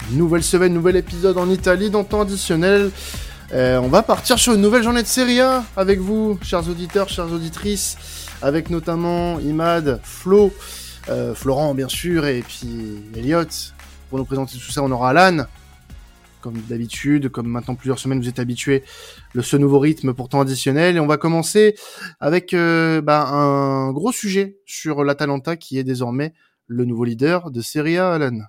Nouvelle semaine, nouvel épisode en Italie dans temps additionnel. On va partir sur une nouvelle journée de Serie A avec vous, chers auditeurs, chères auditrices, avec notamment Imad, Flo, Florent bien sûr, et puis Elliot. Pour nous présenter tout ça, on aura Alan, comme d'habitude, comme maintenant plusieurs semaines vous êtes habitués, ce nouveau rythme pour temps additionnel. Et on va commencer avec un gros sujet sur l'Atalanta qui est désormais le nouveau leader de Serie A, Alan.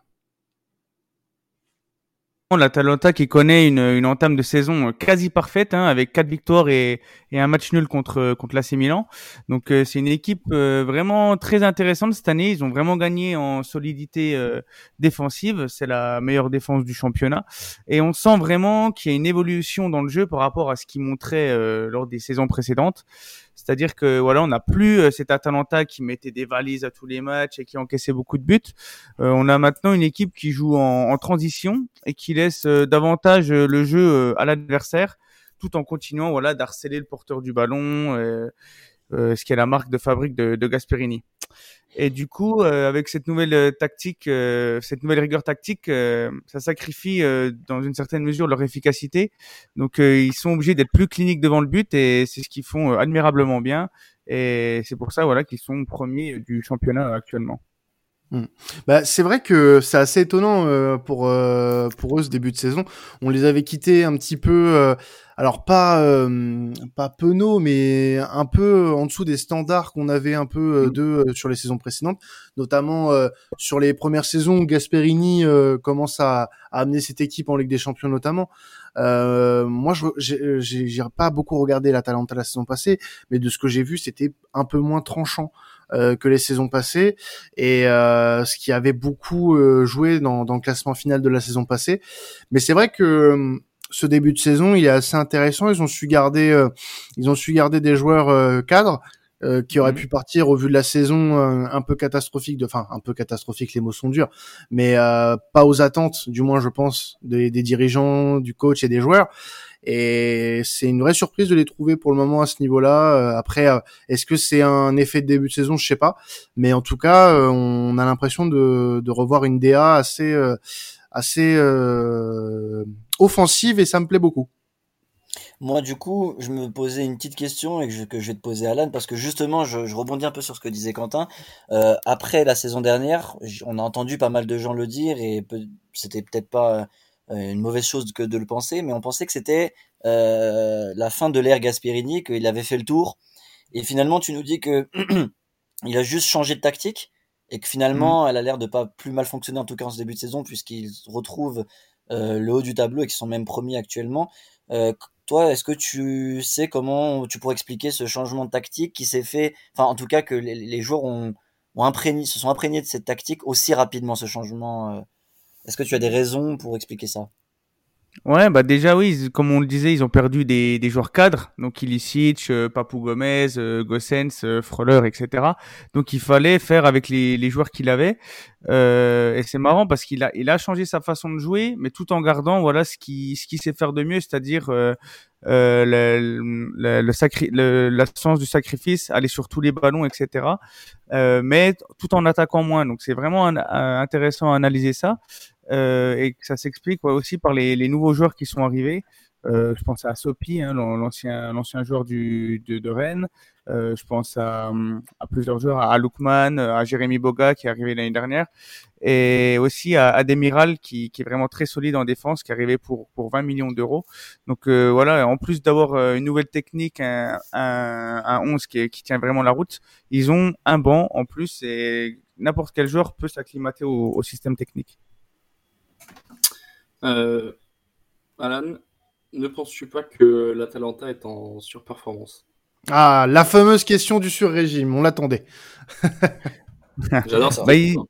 L'Atalanta qui connaît une entame de saison quasi parfaite, avec 4 victoires et un match nul contre l'AC Milan. Donc c'est une équipe vraiment très intéressante cette année. Ils ont vraiment gagné en solidité défensive. C'est la meilleure défense du championnat. Et on sent vraiment qu'il y a une évolution dans le jeu par rapport à ce qu'ils montraient lors des saisons précédentes. C'est-à-dire que voilà, on n'a plus cet Atalanta qui mettait des valises à tous les matchs et qui encaissait beaucoup de buts. On a maintenant une équipe qui joue en transition et qui laisse davantage le jeu à l'adversaire, tout en continuant d'harceler le porteur du ballon, ce qui est la marque de fabrique de Gasperini. Et du coup, avec cette nouvelle tactique, cette nouvelle rigueur tactique, ça sacrifie dans une certaine mesure leur efficacité. Donc, ils sont obligés d'être plus cliniques devant le but et c'est ce qu'ils font admirablement bien. Et c'est pour ça qu'ils sont premiers du championnat actuellement. C'est vrai que c'est assez étonnant pour eux ce début de saison. On les avait quittés un petit peu, alors pas penauds, mais un peu en dessous des standards qu'on avait un peu sur les saisons précédentes, notamment sur les premières saisons où Gasperini commence à amener cette équipe en Ligue des Champions notamment. Moi, j'ai pas beaucoup regardé l'Atalanta la saison passée, mais de ce que j'ai vu, c'était un peu moins tranchant que les saisons passées, et ce qui avait beaucoup joué dans le classement final de la saison passée. Mais c'est vrai que ce début de saison, il est assez intéressant. Ils ont su garder des joueurs cadres qui auraient pu partir au vu de la saison un peu catastrophique, les mots sont durs, mais pas aux attentes, du moins je pense, des dirigeants, du coach et des joueurs. Et c'est une vraie surprise de les trouver pour le moment à ce niveau-là. Après, est-ce que c'est un effet de début de saison? Je sais pas, mais en tout cas, on a l'impression de revoir une DA assez offensive, et ça me plaît beaucoup. Moi, du coup, je me posais une petite question et que je vais te poser à Alan, parce que justement, je rebondis un peu sur ce que disait Quentin. Après la saison dernière, on a entendu pas mal de gens le dire, et c'était peut-être pas une mauvaise chose que de le penser, mais on pensait que c'était la fin de l'ère Gasperini, qu'il avait fait le tour. Et finalement, tu nous dis que il a juste changé de tactique et que finalement, elle a l'air de pas plus mal fonctionner, en tout cas en ce début de saison, puisqu'ils retrouvent le haut du tableau et qu'ils sont même premiers actuellement. Toi, est-ce que tu sais comment tu pourrais expliquer ce changement de tactique qui s'est fait, enfin en tout cas que les joueurs se sont imprégnés de cette tactique aussi rapidement, ce changement. Est-ce que tu as des raisons pour expliquer ça? Ouais, déjà oui, comme on le disait, ils ont perdu des joueurs cadres, donc Ilicic, Papou Gomez, Gossens, Freuler, etc. Donc il fallait faire avec les joueurs qu'il avait. Et c'est marrant parce qu'il a changé sa façon de jouer, mais tout en gardant ce qu'il sait faire de mieux, c'est-à-dire le sens du sacrifice, aller sur tous les ballons, etc. Mais tout en attaquant moins. Donc c'est vraiment intéressant à analyser ça. Et que ça s'explique aussi par les nouveaux joueurs qui sont arrivés. Je pense à Sopi, l'ancien joueur de Rennes. Je pense à plusieurs joueurs, à Lookman, à Jérémy Boga qui est arrivé l'année dernière, et aussi à Demiral qui est vraiment très solide en défense, qui est arrivé pour 20 millions d'euros. Donc en plus d'avoir une nouvelle technique, un 11 qui tient vraiment la route, ils ont un banc en plus, et n'importe quel joueur peut s'acclimater au système technique. Alan, ne penses-tu pas que l'Atalanta est en surperformance? Ah, la fameuse question du sur-régime, on l'attendait. J'adore ça.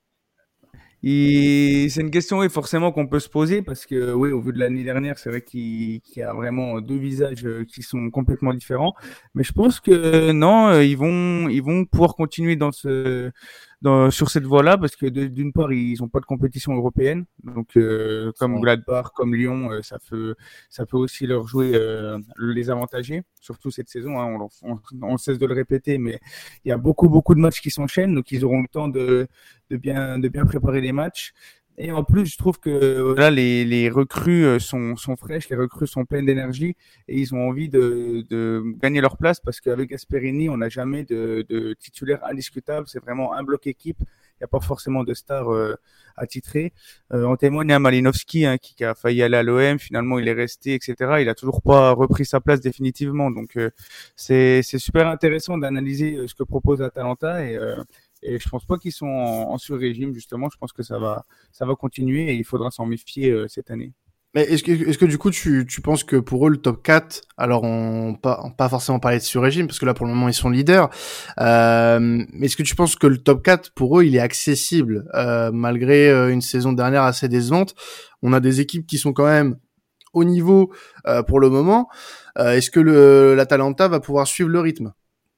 C'est une question forcément qu'on peut se poser, parce que au vu de l'année dernière, c'est vrai qu'il y a vraiment deux visages qui sont complètement différents. Mais je pense que non, ils vont pouvoir continuer sur cette voie-là, parce que d'une part, ils ont pas de compétition européenne, donc comme Gladbach, comme Lyon, ça peut aussi leur jouer, les avantager, surtout cette saison. On cesse de le répéter, mais il y a beaucoup de matchs qui s'enchaînent, donc ils auront le temps de bien préparer les matchs. Et en plus, je trouve que là, les recrues sont fraîches, les recrues sont pleines d'énergie et ils ont envie de gagner leur place parce qu'avec Gasperini, on n'a jamais de titulaire indiscutable. C'est vraiment un bloc équipe. Il n'y a pas forcément de stars attitrés. En témoigne à Malinowski qui a failli aller à l'OM. Finalement, il est resté, etc. Il a toujours pas repris sa place définitivement. Donc, c'est super intéressant d'analyser ce que propose Atalanta et je pense pas qu'ils sont en sur-régime, justement. Je pense que ça va continuer et il faudra s'en méfier cette année. Mais est-ce que du coup, tu penses que pour eux, le top 4, alors pas forcément parler de sur-régime, parce que là, pour le moment, ils sont leaders, mais est-ce que tu penses que le top 4, pour eux, il est accessible, malgré une saison dernière assez décevante? On a des équipes qui sont quand même au niveau pour le moment. Est-ce que l'Atalanta va pouvoir suivre le rythme?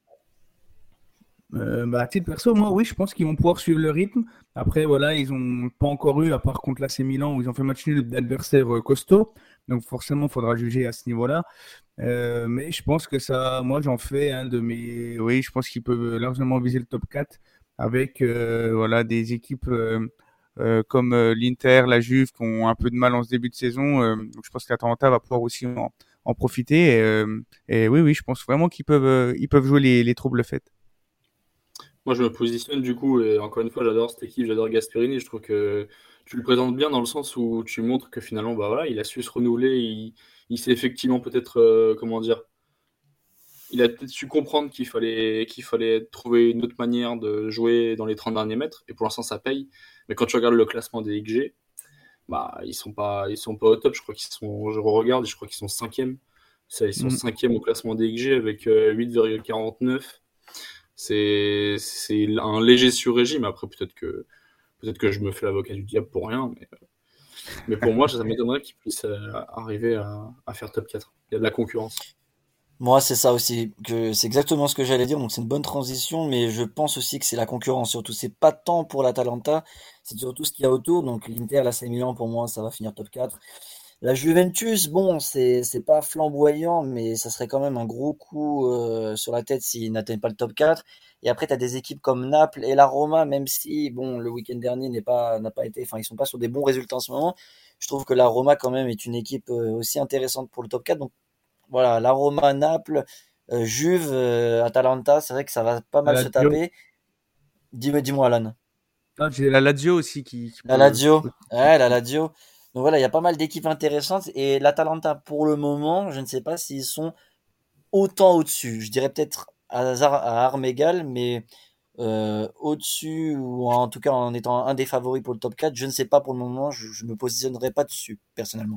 À titre perso, moi, oui, je pense qu'ils vont pouvoir suivre le rythme. Après, voilà, ils ont pas encore eu, à part contre l'AC Milan, où ils ont fait match nul d'adversaires costauds. Donc, forcément, il faudra juger à ce niveau-là. Mais je pense que ça, moi, j'en fais un de mes. Oui, je pense qu'ils peuvent largement viser le top 4 avec voilà, des équipes comme l'Inter, la Juve, qui ont un peu de mal en ce début de saison. Donc, je pense que l'Atalanta va pouvoir aussi en profiter. Et oui, oui, je pense vraiment ils peuvent jouer les troubles faits. Moi, je me positionne du coup, et encore une fois, j'adore cette équipe, j'adore Gasperini. Je trouve que tu le présentes bien dans le sens où tu montres que finalement, bah voilà, il a su se renouveler. Il s'est effectivement peut-être, comment dire, il a peut-être su comprendre qu'il fallait trouver une autre manière de jouer dans les 30 derniers mètres. Et pour l'instant, ça paye. Mais quand tu regardes le classement des XG, bah ils sont pas au top. Je crois qu'ils sont, je regarde, je crois qu'ils sont cinquième. Ça, ils sont cinquième au classement des XG avec 8,49. C'est un léger sur-régime. Après, peut-être que je me fais l'avocat du diable pour rien, mais pour moi, ça m'étonnerait qu'ils puissent arriver à faire top 4. Il y a de la concurrence. Moi, c'est ça aussi, que c'est exactement ce que j'allais dire, donc c'est une bonne transition, mais je pense aussi que c'est la concurrence, surtout. C'est pas tant pour l'Atalanta, c'est surtout ce qu'il y a autour, donc l'Inter, l'AC Milan, pour moi, ça va finir top 4. La Juventus, bon, c'est pas flamboyant, mais ça serait quand même un gros coup sur la tête s'ils n'atteignent pas le top 4. Et après, tu as des équipes comme Naples et la Roma, même si, bon, le week-end dernier n'a pas été, enfin, ils sont pas sur des bons résultats en ce moment. Je trouve que la Roma, quand même, est une équipe aussi intéressante pour le top 4. Donc, voilà, la Roma, Naples, Juve, Atalanta, c'est vrai que ça va pas La mal se Lazio, taper. Dis-moi, Alan. j'ai la Lazio aussi qui La Lazio, ouais, la Lazio. Donc voilà, il y a pas mal d'équipes intéressantes et l'Atalanta pour le moment, je ne sais pas s'ils sont autant au-dessus. Je dirais peut-être à armes égales, mais au-dessus ou en tout cas en étant un des favoris pour le top 4, je ne sais pas pour le moment. Je me positionnerai pas dessus personnellement.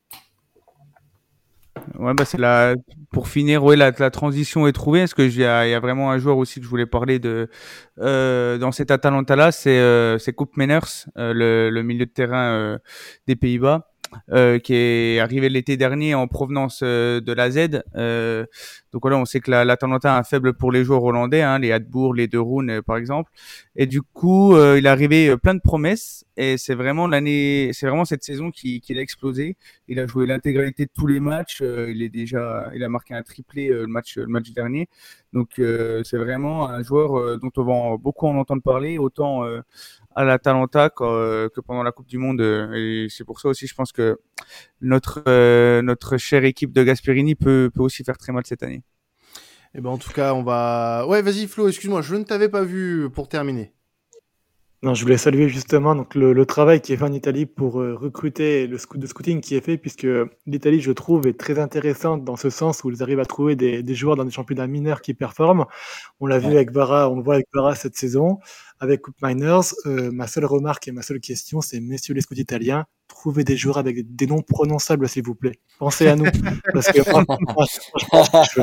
Ouais, bah pour finir, ouais, la transition est trouvée. Parce que il y a vraiment un joueur aussi que je voulais parler dans cet Atalanta-là, c'est Koop Meiners, le milieu de terrain des Pays-Bas. Qui est arrivé l'été dernier en provenance de la Z. Donc voilà, on sait que l'Atalanta a un faible pour les joueurs hollandais, les Hadbourg, les De Roon, par exemple. Et du coup, il est arrivé plein de promesses. Et c'est vraiment cette saison qu'il a explosé. Il a joué l'intégralité de tous les matchs. Il a marqué un triplé le match dernier. Donc c'est vraiment un joueur dont on va beaucoup en entendre parler, autant à l'Atalanta que pendant la Coupe du Monde. Et c'est pour ça aussi, je pense que notre chère équipe de Gasperini peut aussi faire très mal cette année. Eh ben, en tout cas, on va... Ouais, vas-y, Flo, excuse-moi, je ne t'avais pas vu pour terminer. Non, je voulais saluer justement donc le travail qui est fait en Italie pour recruter le scouting qui est fait, puisque l'Italie, je trouve, est très intéressante dans ce sens où ils arrivent à trouver des joueurs dans des championnats mineurs qui performent. On l'a vu Ouais. avec Vara, on le voit avec Vara cette saison, avec Koop Miners. Ma seule remarque et ma seule question, c'est messieurs les scouts italiens, trouvez des joueurs avec des noms prononçables, s'il vous plaît. Pensez à nous, parce que moi, franchement, je veux.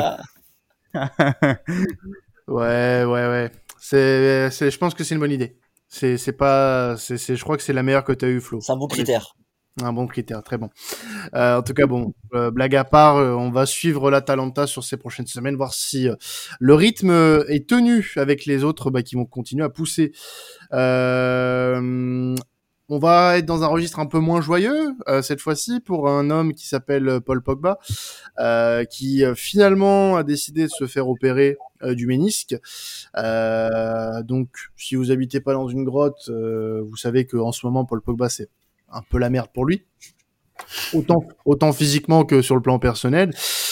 Ouais. Je pense que c'est une bonne idée. Je crois que c'est la meilleure que tu as eu, Flo. C'est un bon critère. Un bon critère, très bon. En tout cas, bon, blague à part, on va suivre l'Atalanta sur ces prochaines semaines, voir si le rythme est tenu avec les autres qui vont continuer à pousser. on va être dans un registre un peu moins joyeux cette fois-ci pour un homme qui s'appelle Paul Pogba, qui finalement a décidé de se faire opérer du ménisque. Donc, si vous habitez pas dans une grotte, vous savez que en ce moment Paul Pogba c'est un peu la merde pour lui. Autant physiquement que sur le plan personnel.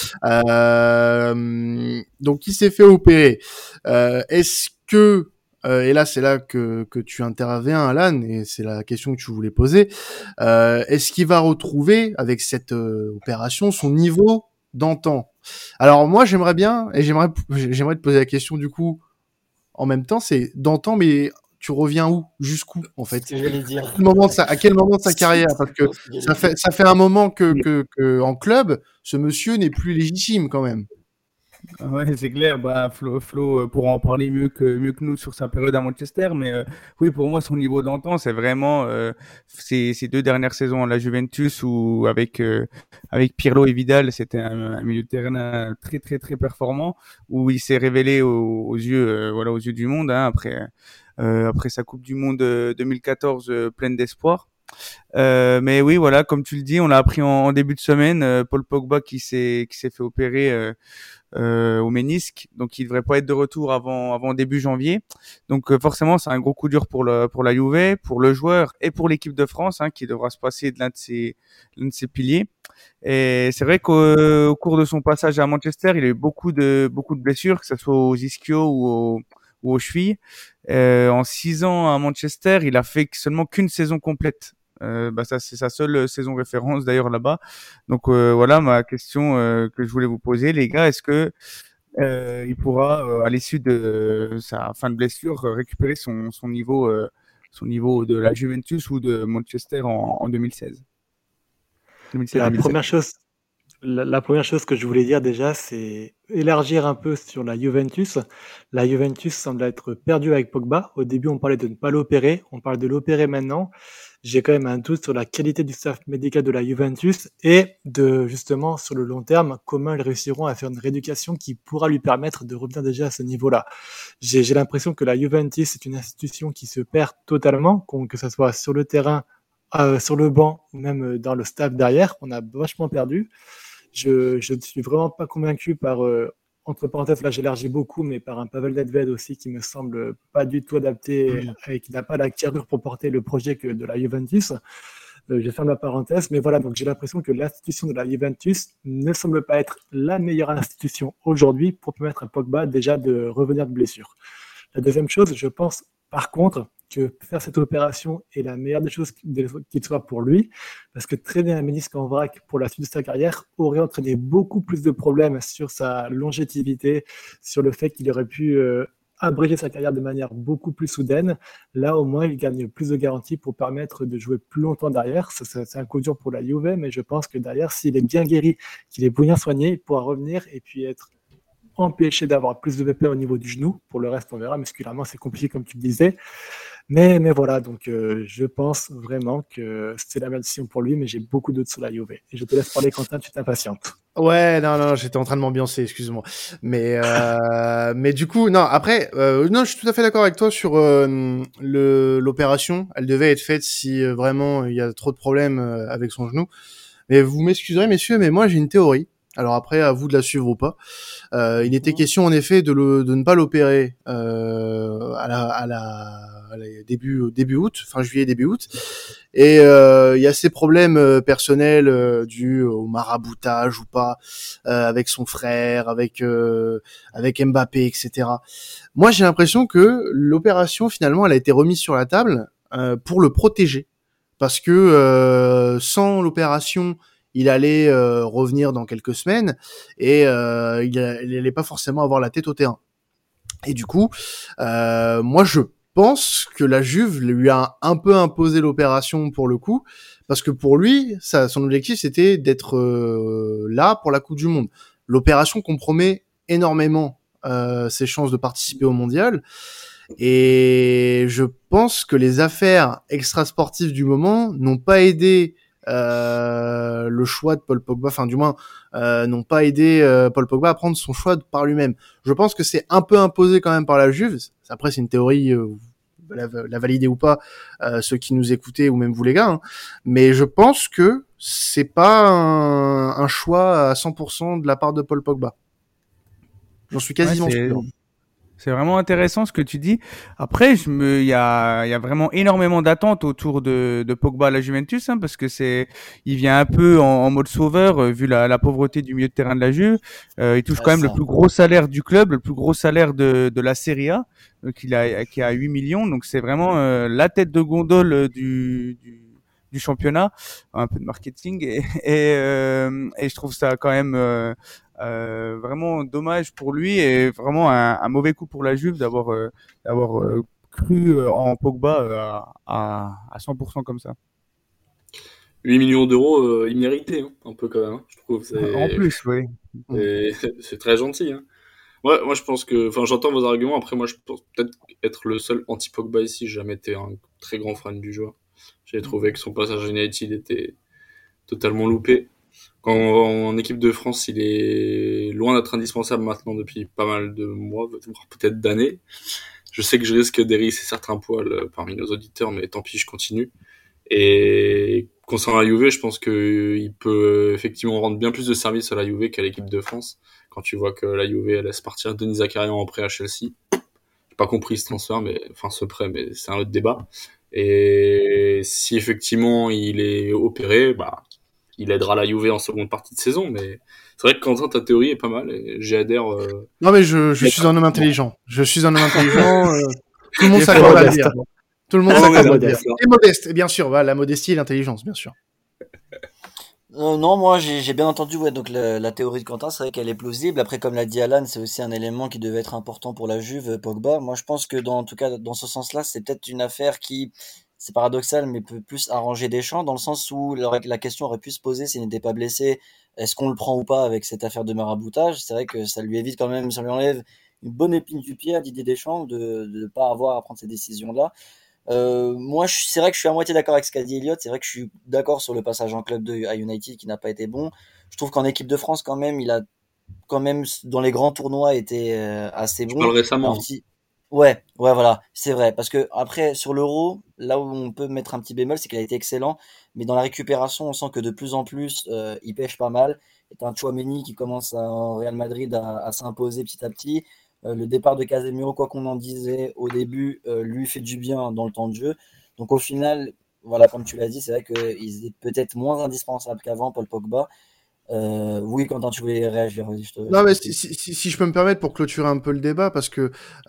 Donc il s'est fait opérer. Est-ce que et là c'est là que tu interviens, Alan, et c'est la question que tu voulais poser. Est-ce qu'il va retrouver avec cette opération son niveau d'antan? Alors moi j'aimerais bien et j'aimerais te poser la question du coup en même temps, c'est d'antan, mais tu reviens où, jusqu'où en fait? Ce que j'allais dire. À quel moment de sa carrière? Parce que ça fait un moment que en club, ce monsieur n'est plus légitime quand même. Ouais, c'est clair. Bah, Flo pourra en parler mieux que nous sur sa période à Manchester. Mais oui, pour moi, son niveau d'antan, c'est vraiment ces 2 dernières saisons à la Juventus où avec Pirlo et Vidal, c'était un milieu de terrain très très très performant où il s'est révélé aux yeux aux yeux du monde hein, après sa Coupe du Monde 2014 pleine d'espoir. Mais oui, voilà, comme tu le dis, on l'a appris en début de semaine, Paul Pogba qui s'est fait opérer au ménisque, donc il devrait pas être de retour avant début janvier. Donc forcément, c'est un gros coup dur pour la Juve, pour le joueur et pour l'équipe de France hein, qui devra se passer de l'un de ses piliers. Et c'est vrai qu'au cours de son passage à Manchester, il a eu beaucoup de blessures, que ce soit aux ischios ou aux chevilles. En 6 ans à Manchester, il a fait seulement qu'une saison complète. Ça c'est sa seule saison référence d'ailleurs là-bas. Donc voilà ma question que je voulais vous poser, les gars. Est-ce que il pourra à l'issue de sa fin de blessure récupérer son niveau de la Juventus ou de Manchester en 2016, La 2016-2017? première chose, la première chose que je voulais dire déjà, c'est élargir un peu sur la Juventus. La Juventus semble être perdue avec Pogba. Au début, on parlait de ne pas l'opérer. On parle de l'opérer maintenant. J'ai quand même un doute sur la qualité du staff médical de la Juventus et de, justement, sur le long terme, comment ils réussiront à faire une rééducation qui pourra lui permettre de revenir déjà à ce niveau-là. J'ai l'impression que la Juventus est une institution qui se perd totalement, que ce soit sur le terrain, sur le banc ou même dans le staff derrière. On a vachement perdu. Je ne suis vraiment pas convaincu par, entre parenthèses, là j'élargis beaucoup, mais par un Pavel Nedved aussi qui me semble pas du tout adapté et qui n'a pas la carrure pour porter le projet que de la Juventus. Je ferme la parenthèse, mais voilà, donc j'ai l'impression que l'institution de la Juventus ne semble pas être la meilleure institution aujourd'hui pour permettre à Pogba déjà de revenir de blessure. La deuxième chose, je pense par contre que faire cette opération est la meilleure des choses qui soit pour lui, parce que traîner un ménisque en vrac pour la suite de sa carrière aurait entraîné beaucoup plus de problèmes sur sa longévité, sur le fait qu'il aurait pu abréger sa carrière de manière beaucoup plus soudaine. Là, au moins, il gagne plus de garanties pour permettre de jouer plus longtemps derrière. C'est un coup dur pour la Juve, mais je pense que derrière, s'il est bien guéri, qu'il est bien soigné, il pourra revenir et puis être empêché d'avoir plus de VP au niveau du genou. Pour le reste, on verra. Musculairement, c'est compliqué, comme tu le disais. Mais voilà, donc je pense vraiment que c'est la décision pour lui, mais j'ai beaucoup d'autres sur la Juve. Et je te laisse parler, Quentin, tu t'impatientes. Ouais, non, j'étais en train de m'ambiancer, excuse-moi. Mais du coup, non, après, non, je suis tout à fait d'accord avec toi sur l'opération. Elle devait être faite si vraiment il y a trop de problèmes avec son genou. Mais vous m'excuserez, messieurs, mais moi j'ai une théorie. Alors après, à vous de la suivre ou pas. Il était question en effet de ne pas l'opérer début août, fin juillet, début août. Et il y a ces problèmes personnels dus au maraboutage ou pas, avec son frère, avec Mbappé, etc. Moi, j'ai l'impression que l'opération finalement, elle a été remise sur la table pour le protéger, parce que sans l'opération, il allait revenir dans quelques semaines et il allait pas forcément avoir la tête au terrain. Et du coup, moi je pense que la Juve lui a un peu imposé l'opération pour le coup, parce que pour lui, son objectif c'était d'être là pour la Coupe du Monde. L'opération compromet énormément ses chances de participer au Mondial. Et je pense que les affaires extrasportives du moment n'ont pas aidé le choix de Paul Pogba, enfin du moins n'ont pas aidé Paul Pogba à prendre son choix par lui-même. Je pense que c'est un peu imposé quand même par la Juve. Après c'est une théorie, la valider ou pas, ceux qui nous écoutaient ou même vous les gars, hein. Mais je pense que c'est pas un choix à 100% de la part de Paul Pogba. J'en suis quasiment sûr. C'est vraiment intéressant ce que tu dis. Après, il y a vraiment énormément d'attentes autour de Pogba à la Juventus, hein, parce que il vient un peu en mode sauveur, vu la pauvreté du milieu de terrain de la Juve. Il touche quand même le plus gros salaire du club, le plus gros salaire de la Serie A, qui a 8 millions. Donc c'est vraiment la tête de gondole du championnat, un peu de marketing et je trouve ça quand même vraiment dommage pour lui et vraiment un mauvais coup pour la Juve d'avoir cru en Pogba à 100% comme ça. 8 millions d'euros, il méritait un peu quand même, je trouve. En plus, oui. C'est très gentil. Hein. Ouais, moi je pense que, j'entends vos arguments. Après, moi je pense peut-être être le seul anti-Pogba ici. J'ai jamais été un très grand fan du joueur. J'ai trouvé que son passage à United était totalement loupé. En équipe de France, il est loin d'être indispensable maintenant depuis pas mal de mois, voire peut-être d'années. Je sais que je risque d'hérisser certains poils parmi nos auditeurs, mais tant pis, je continue. Et concernant la Juve, je pense qu'il peut effectivement rendre bien plus de service à la Juve qu'à l'équipe de France. Quand tu vois que la Juve laisse partir Denis Zakaria en prêt à Chelsea. J'ai pas compris ce transfert, ce prêt, mais c'est un autre débat. Et si effectivement il est opéré, il aidera la Juve en seconde partie de saison. Mais c'est vrai que Quentin, ta théorie est pas mal et j'y adhère. Non mais je suis un homme intelligent. Je suis un homme intelligent. Tout le monde s'accorde à le dire. Tout le monde s'accorde à le dire. Et modeste, et bien sûr, voilà, la modestie et l'intelligence, bien sûr. Non, moi j'ai bien entendu, ouais, donc la théorie de Quentin, c'est vrai qu'elle est plausible. Après, comme l'a dit Alan, c'est aussi un élément qui devait être important pour la Juve, Pogba. Moi, je pense que en tout cas, dans ce sens-là, c'est peut-être une affaire qui, c'est paradoxal, mais peut plus arranger Deschamps, dans le sens où la question aurait pu se poser s'il n'était pas blessé, est-ce qu'on le prend ou pas avec cette affaire de maraboutage? C'est vrai que ça lui évite quand même, ça lui enlève une bonne épine du pied à Didier Deschamps de ne pas avoir à prendre ces décisions-là. Moi, c'est vrai que je suis à moitié d'accord avec ce qu'a dit Elliott. C'est vrai que je suis d'accord sur le passage en club à United qui n'a pas été bon. Je trouve qu'en équipe de France, quand même, il a quand même dans les grands tournois été assez Je bon. parle récemment. Alors, ouais, voilà, c'est vrai. Parce que après, sur l'Euro, là où on peut mettre un petit bémol, c'est qu'il a été excellent. Mais dans la récupération, on sent que de plus en plus, il pêche pas mal. C'est un Tchouaméni qui commence en Real Madrid à s'imposer petit à petit. Le départ de Casemiro, quoi qu'on en disait au début, lui fait du bien dans le temps de jeu. Donc au final, voilà, comme tu l'as dit, c'est vrai qu'il est peut-être moins indispensable qu'avant, Paul Pogba. Oui, Quentin, tu voulais réagir. Non, mais si je peux me permettre pour clôturer un peu le débat, parce que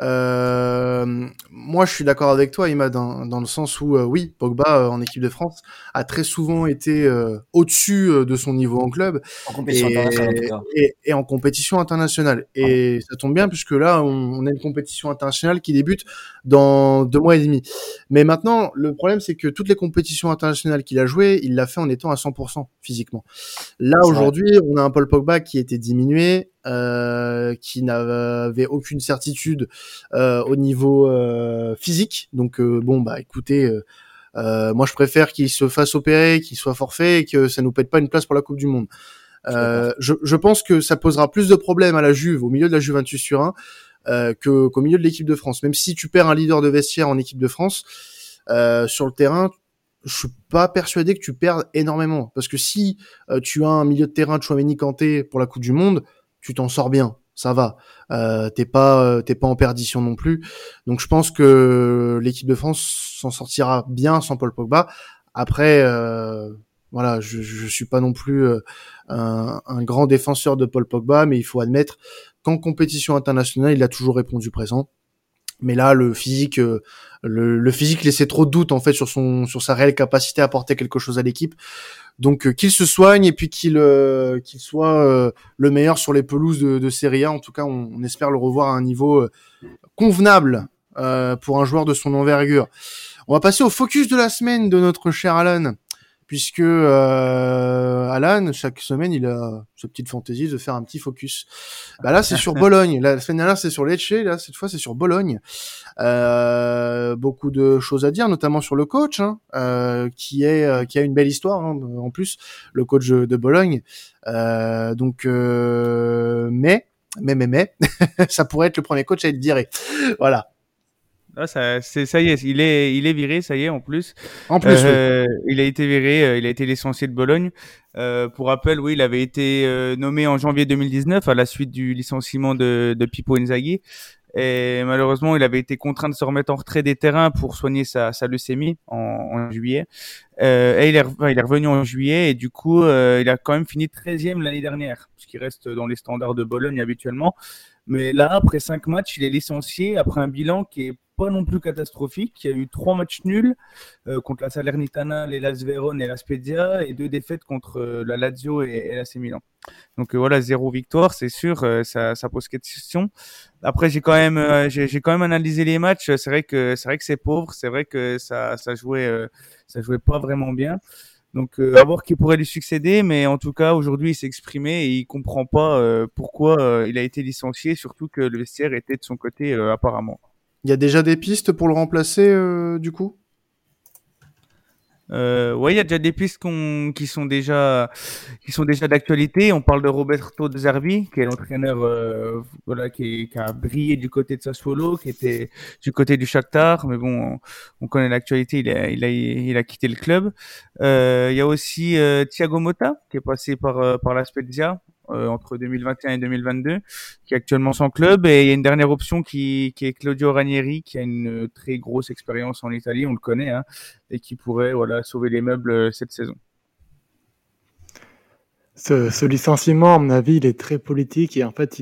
moi je suis d'accord avec toi, Imad, dans le sens où oui, Pogba en équipe de France a très souvent été au-dessus de son niveau en club en compétition internationale en tout cas. Et en compétition internationale. Et ça tombe bien puisque là on a une compétition internationale qui débute dans 2 mois et demi. Mais maintenant le problème c'est que toutes les compétitions internationales qu'il a jouées, il l'a fait en étant à 100% physiquement. Là aujourd'hui, on a un Paul Pogba qui était diminué, qui n'avait aucune certitude au niveau physique. Donc bon bah écoutez, moi je préfère qu'il se fasse opérer, qu'il soit forfait et que ça nous pète pas une place pour la Coupe du Monde. Je pense que ça posera plus de problèmes à la Juve, au milieu de la Juventus Turin, qu'au milieu de l'équipe de France. Même si tu perds un leader de vestiaire en équipe de France, sur le terrain, je suis pas persuadé que tu perdes énormément. Parce que si tu as un milieu de terrain de Tchouaméni Kanté pour la Coupe du Monde, tu t'en sors bien. Ça va. T'es pas en perdition non plus. Donc je pense que l'équipe de France s'en sortira bien sans Paul Pogba. Après, voilà, je suis pas non plus un grand défenseur de Paul Pogba, mais il faut admettre qu'en compétition internationale, il a toujours répondu présent. Mais là, le physique laissait trop de doutes en fait sur sa réelle capacité à apporter quelque chose à l'équipe. Donc qu'il se soigne et puis qu'il soit le meilleur sur les pelouses de Serie A. En tout cas, on espère le revoir à un niveau convenable pour un joueur de son envergure. On va passer au focus de la semaine de notre cher Alan, puisque Alan, chaque semaine, il a sa petite fantaisie de faire un petit focus. Bah là, c'est sur Bologne. La semaine dernière, c'est sur Lecce. Là, cette fois, c'est sur Bologne. Beaucoup de choses à dire, notamment sur le coach, qui a une belle histoire, en plus, le coach de Bologne. Mais, ça pourrait être le premier coach à être viré. Voilà. Ah, ça y est, il est viré, ça y est, en plus. En plus, oui. Il a été viré, il a été licencié de Bologne. Pour rappel, oui, il avait été nommé en janvier 2019 à la suite du licenciement de Pippo Inzaghi. Et malheureusement, il avait été contraint de se remettre en retrait des terrains pour soigner sa leucémie en juillet. Et il est revenu en juillet et du coup, il a quand même fini 13e l'année dernière, ce qui reste dans les standards de Bologne habituellement. Mais là, après 5 matchs, il est licencié après un bilan qui est pas non plus catastrophique. Il y a eu 3 matchs nuls contre la Salernitana, l'Hellas Vérone et la Spezia et 2 défaites contre la Lazio et l'AC Milan. Donc voilà, 0 victoire, c'est sûr, ça pose question. Après, j'ai quand même analysé les matchs. C'est vrai que c'est pauvre, c'est vrai que ça jouait pas vraiment bien. Donc à voir qui pourrait lui succéder, mais en tout cas aujourd'hui il s'est exprimé et il comprend pas pourquoi il a été licencié, surtout que le vestiaire était de son côté apparemment. Il y a déjà des pistes pour le remplacer, du coup? Ouais, il y a déjà des pistes qui sont déjà d'actualité. On parle de Roberto De Zerbi, qui est l'entraîneur voilà qui a brillé du côté de Sassuolo, qui était du côté du Shakhtar, mais bon, on connaît l'actualité, il a quitté le club. Il y a aussi Thiago Motta qui est passé par la Spezia entre 2021 et 2022, qui est actuellement sans club, et il y a une dernière option qui est Claudio Ranieri, qui a une très grosse expérience en Italie, on le connaît, hein, et qui pourrait voilà sauver les meubles cette saison. Ce licenciement, à mon avis, il est très politique et en fait,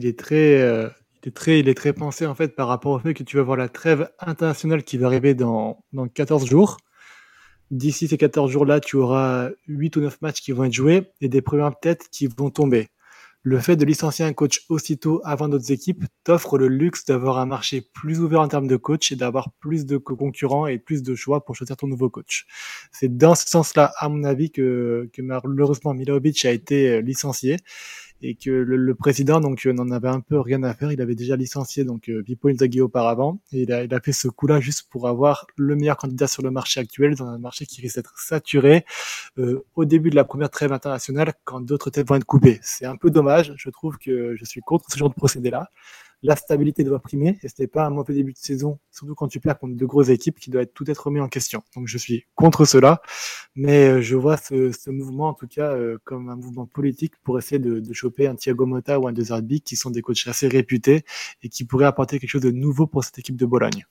il est très pensé en fait par rapport au fait que tu vas voir la trêve internationale qui va arriver dans 14 jours. D'ici ces 14 jours-là, tu auras 8 ou 9 matchs qui vont être joués et des premières têtes qui vont tomber. Le fait de licencier un coach aussitôt avant d'autres équipes t'offre le luxe d'avoir un marché plus ouvert en termes de coach et d'avoir plus de concurrents et plus de choix pour choisir ton nouveau coach. C'est dans ce sens-là, à mon avis, que malheureusement Milovic a été licencié et que le président donc n'en avait un peu rien à faire. Il avait déjà licencié donc Pippo Inzaghi auparavant et il a fait ce coup-là juste pour avoir le meilleur candidat sur le marché actuel dans un marché qui risque d'être saturé au début de la première trêve internationale quand d'autres têtes vont être coupées. C'est un peu dommage. Je trouve que je suis contre ce genre de procédé-là. La stabilité doit primer et ce n'est pas un mauvais début de saison, surtout quand tu perds contre de grosses équipes qui doit tout être remis en question. Donc je suis contre cela, mais je vois ce mouvement en tout cas comme un mouvement politique pour essayer de choper un Thiago Motta ou un De Zerbi qui sont des coachs assez réputés et qui pourraient apporter quelque chose de nouveau pour cette équipe de Bologne.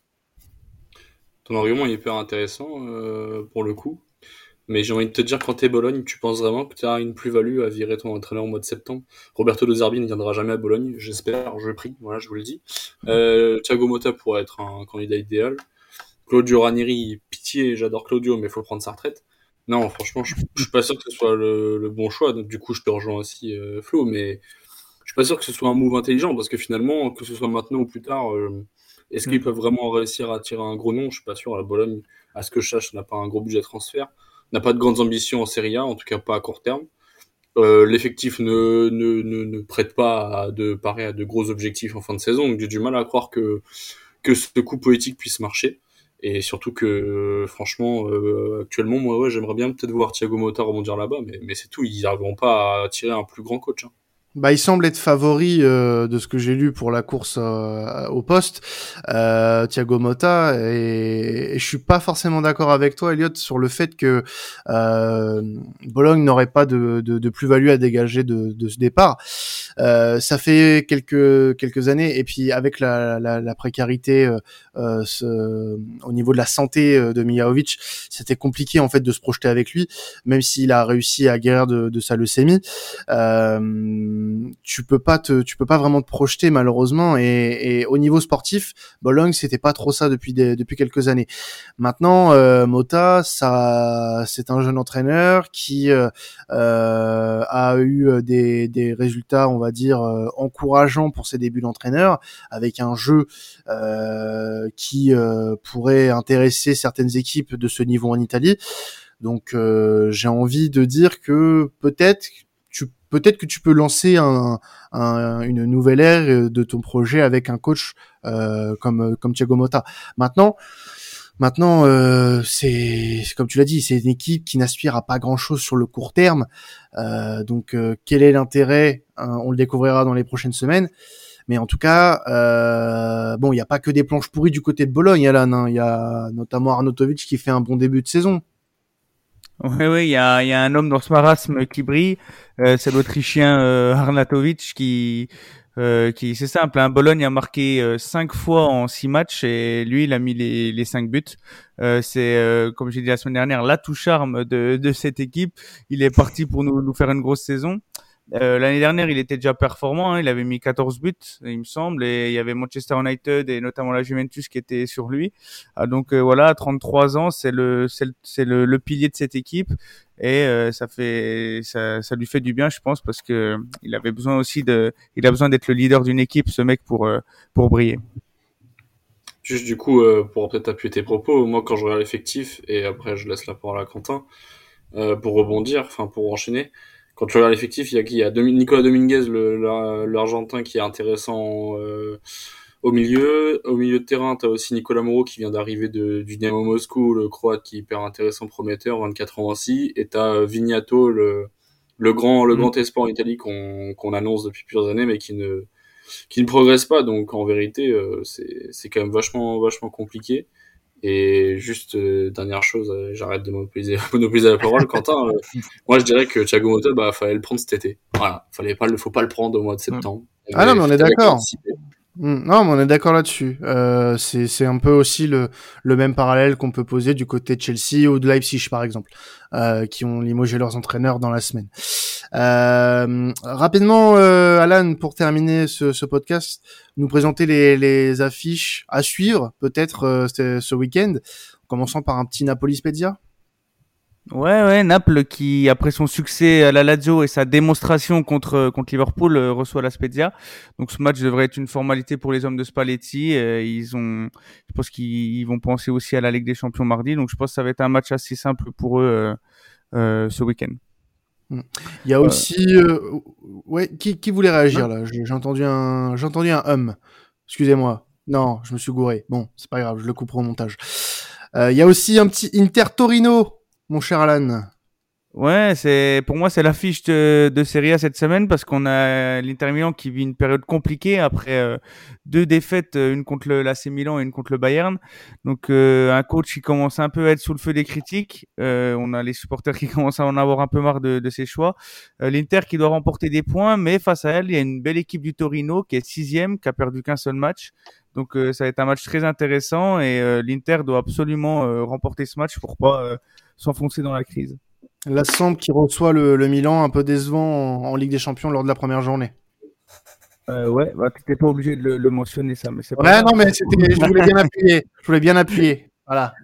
Ton argument est hyper intéressant pour le coup. Mais j'ai envie de te dire, quand t'es Bologne, tu penses vraiment que tu as une plus-value à virer ton entraîneur au mois de septembre? Roberto De Zerbi ne viendra jamais à Bologne, j'espère, je prie, voilà, je vous le dis. Thiago Motta pourrait être un candidat idéal. Claudio Ranieri, pitié, j'adore Claudio, mais il faut prendre sa retraite. Non, franchement, je suis pas sûr que ce soit le bon choix, donc du coup je te rejoins aussi, Flo, mais je suis pas sûr que ce soit un move intelligent, parce que finalement, que ce soit maintenant ou plus tard, est-ce qu'ils peuvent vraiment réussir à attirer un gros nom? Je suis pas sûr. La Bologne, à ce que je sache, n'a pas un gros budget de transfert, n'a pas de grandes ambitions en Serie A, en tout cas pas à court terme. L'effectif ne prête pas de parer à de gros objectifs en fin de saison, donc j'ai du mal à croire que ce coup politique puisse marcher. Et surtout que, franchement, actuellement, moi, ouais, j'aimerais bien peut-être voir Thiago Motta rebondir là-bas, mais c'est tout. Ils n'arriveront pas à attirer un plus grand coach. Hein. Bah, il semble être favori de ce que j'ai lu pour la course au poste, Thiago Motta, et je suis pas forcément d'accord avec toi, Elliot, sur le fait que Bologne n'aurait pas de plus-value à dégager de ce départ. Ça fait quelques années, et puis avec la précarité au niveau de la santé de Milovic, c'était compliqué en fait de se projeter avec lui, même s'il a réussi à guérir de sa leucémie. Tu peux pas vraiment te projeter malheureusement, et au niveau sportif, Bologne c'était pas trop ça depuis quelques années. Maintenant, Motta, ça c'est un jeune entraîneur qui a eu des résultats, on va dire encourageants pour ses débuts d'entraîneur, avec un jeu qui pourrait intéresser certaines équipes de ce niveau en Italie. Donc j'ai envie de dire que peut-être que tu peux lancer une nouvelle ère de ton projet avec un coach comme Thiago Motta. Maintenant, c'est comme tu l'as dit, c'est une équipe qui n'aspire à pas grand-chose sur le court terme. Donc, quel est l'intérêt, on le découvrira dans les prochaines semaines. Mais en tout cas, bon, il y a pas que des planches pourries du côté de Bologne, Alan. Hein. Il y a notamment Arnautovic qui fait un bon début de saison. Oui, il y a un homme dans ce marasme qui brille. C'est l'Autrichien Arnautovic qui c'est simple. Hein, Bologne a marqué 5 fois en 6 matchs et lui, il a mis les 5 buts. C'est comme j'ai dit la semaine dernière, l'atout charme de cette équipe. Il est parti pour nous faire une grosse saison. L'année dernière, il était déjà performant. Hein, il avait mis 14 buts, il me semble, et il y avait Manchester United et notamment la Juventus qui était sur lui. Ah, donc voilà, à 33 ans, c'est le pilier de cette équipe et ça lui fait du bien, je pense, parce que il avait besoin aussi il a besoin d'être le leader d'une équipe, ce mec, pour briller. Juste du coup, pour peut-être appuyer tes propos, moi quand je regarde l'effectif, et après je laisse la parole à Quentin, pour rebondir, enfin pour enchaîner, quand tu regardes l'effectif, il y a qui? Il y a Nicolas Dominguez, l'Argentin, qui est intéressant au milieu. Au milieu de terrain, tu as aussi Nicolas Moreau qui vient d'arriver du Dynamo Moscou, le Croate qui est hyper intéressant, prometteur, 24 ans aussi. Et tu as Vignato, le grand espoir en Italie qu'on annonce depuis plusieurs années, mais qui ne progresse pas. Donc en vérité, c'est quand même vachement compliqué. Et juste dernière chose, j'arrête de monopoliser la parole. Quentin, moi je dirais que Thiago Motta, fallait le prendre cet été. Voilà, faut pas le prendre au mois de septembre. Ah non, mais on est d'accord. Non, mais on est d'accord là-dessus. C'est un peu aussi le même parallèle qu'on peut poser du côté de Chelsea ou de Leipzig, par exemple, qui ont limogé leurs entraîneurs dans la semaine. Rapidement, Alan, pour terminer ce podcast, nous présenter les affiches à suivre, peut-être ce week-end, en commençant par un petit Napoli-Spezia. Ouais, Naples qui, après son succès à la Lazio et sa démonstration contre Liverpool, reçoit la Spezia. Donc ce match devrait être une formalité pour les hommes de Spalletti. Je pense qu'ils vont penser aussi à la Ligue des Champions mardi. Donc je pense que ça va être un match assez simple pour eux ce week-end. Il y a aussi, ouais, qui voulait réagir là? J'ai entendu un Excusez-moi. Non, je me suis gouré. Bon, c'est pas grave, je le couperai au montage. Il y a aussi un petit Inter Torino, mon cher Alan. Ouais, pour moi c'est l'affiche de Serie A cette semaine parce qu'on a l'Inter Milan qui vit une période compliquée après 2 défaites, une contre l'AC Milan et une contre le Bayern. Donc un coach qui commence un peu à être sous le feu des critiques. On a les supporters qui commencent à en avoir un peu marre de ses choix. L'Inter qui doit remporter des points, mais face à elle, il y a une belle équipe du Torino qui est 6e, qui a perdu qu'un seul match. Donc ça va être un match très intéressant et l'Inter doit absolument remporter ce match pour pas s'enfoncer dans la crise. La Samp qui reçoit le Milan, un peu décevant en Ligue des Champions lors de la première journée. Ouais, t'étais pas obligé de le mentionner ça, mais c'est pas grave. Non, mais je voulais bien appuyer. Voilà.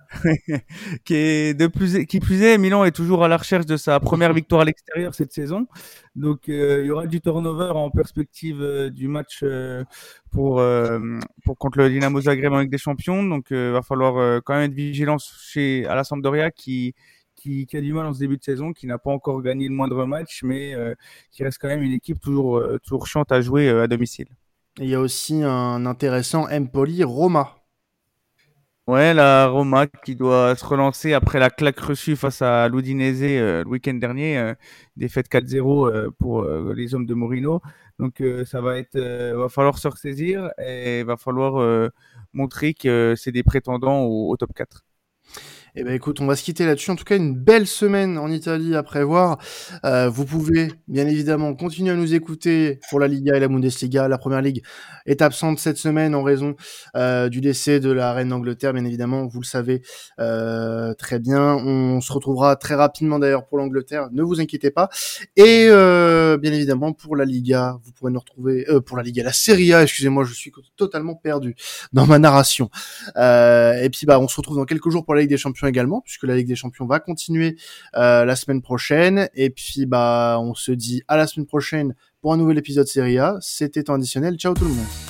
Qui plus est, Milan est toujours à la recherche de sa première victoire à l'extérieur cette saison. Donc il y aura du turnover en perspective du match pour contre le Dynamo Zagreb en Ligue des Champions. Donc va falloir quand même être vigilant à la Sampdoria qui a du mal en ce début de saison, qui n'a pas encore gagné le moindre match, mais qui reste quand même une équipe toujours chiante à jouer à domicile. Et il y a aussi un intéressant Empoli-Roma. Ouais, la Roma qui doit se relancer après la claque reçue face à l'Udinese le week-end dernier, défaite 4-0 pour les hommes de Mourinho. Donc ça va falloir se ressaisir et va falloir montrer que c'est des prétendants au top 4. Eh ben écoute, on va se quitter là-dessus. En tout cas, une belle semaine en Italie à prévoir. Vous pouvez bien évidemment continuer à nous écouter pour la Liga et la Bundesliga. La Première Ligue est absente cette semaine en raison du décès de la reine d'Angleterre, bien évidemment, vous le savez très bien. On se retrouvera très rapidement d'ailleurs pour l'Angleterre, ne vous inquiétez pas. Et bien évidemment pour la Liga, vous pourrez nous retrouver pour la Liga, la Serie A, excusez-moi, je suis totalement perdu dans ma narration. Et puis on se retrouve dans quelques jours pour la Ligue des Champions également, puisque la Ligue des Champions va continuer la semaine prochaine. Et puis on se dit à la semaine prochaine pour un nouvel épisode Serie A. C'était Temps Additionnel. Ciao tout le monde.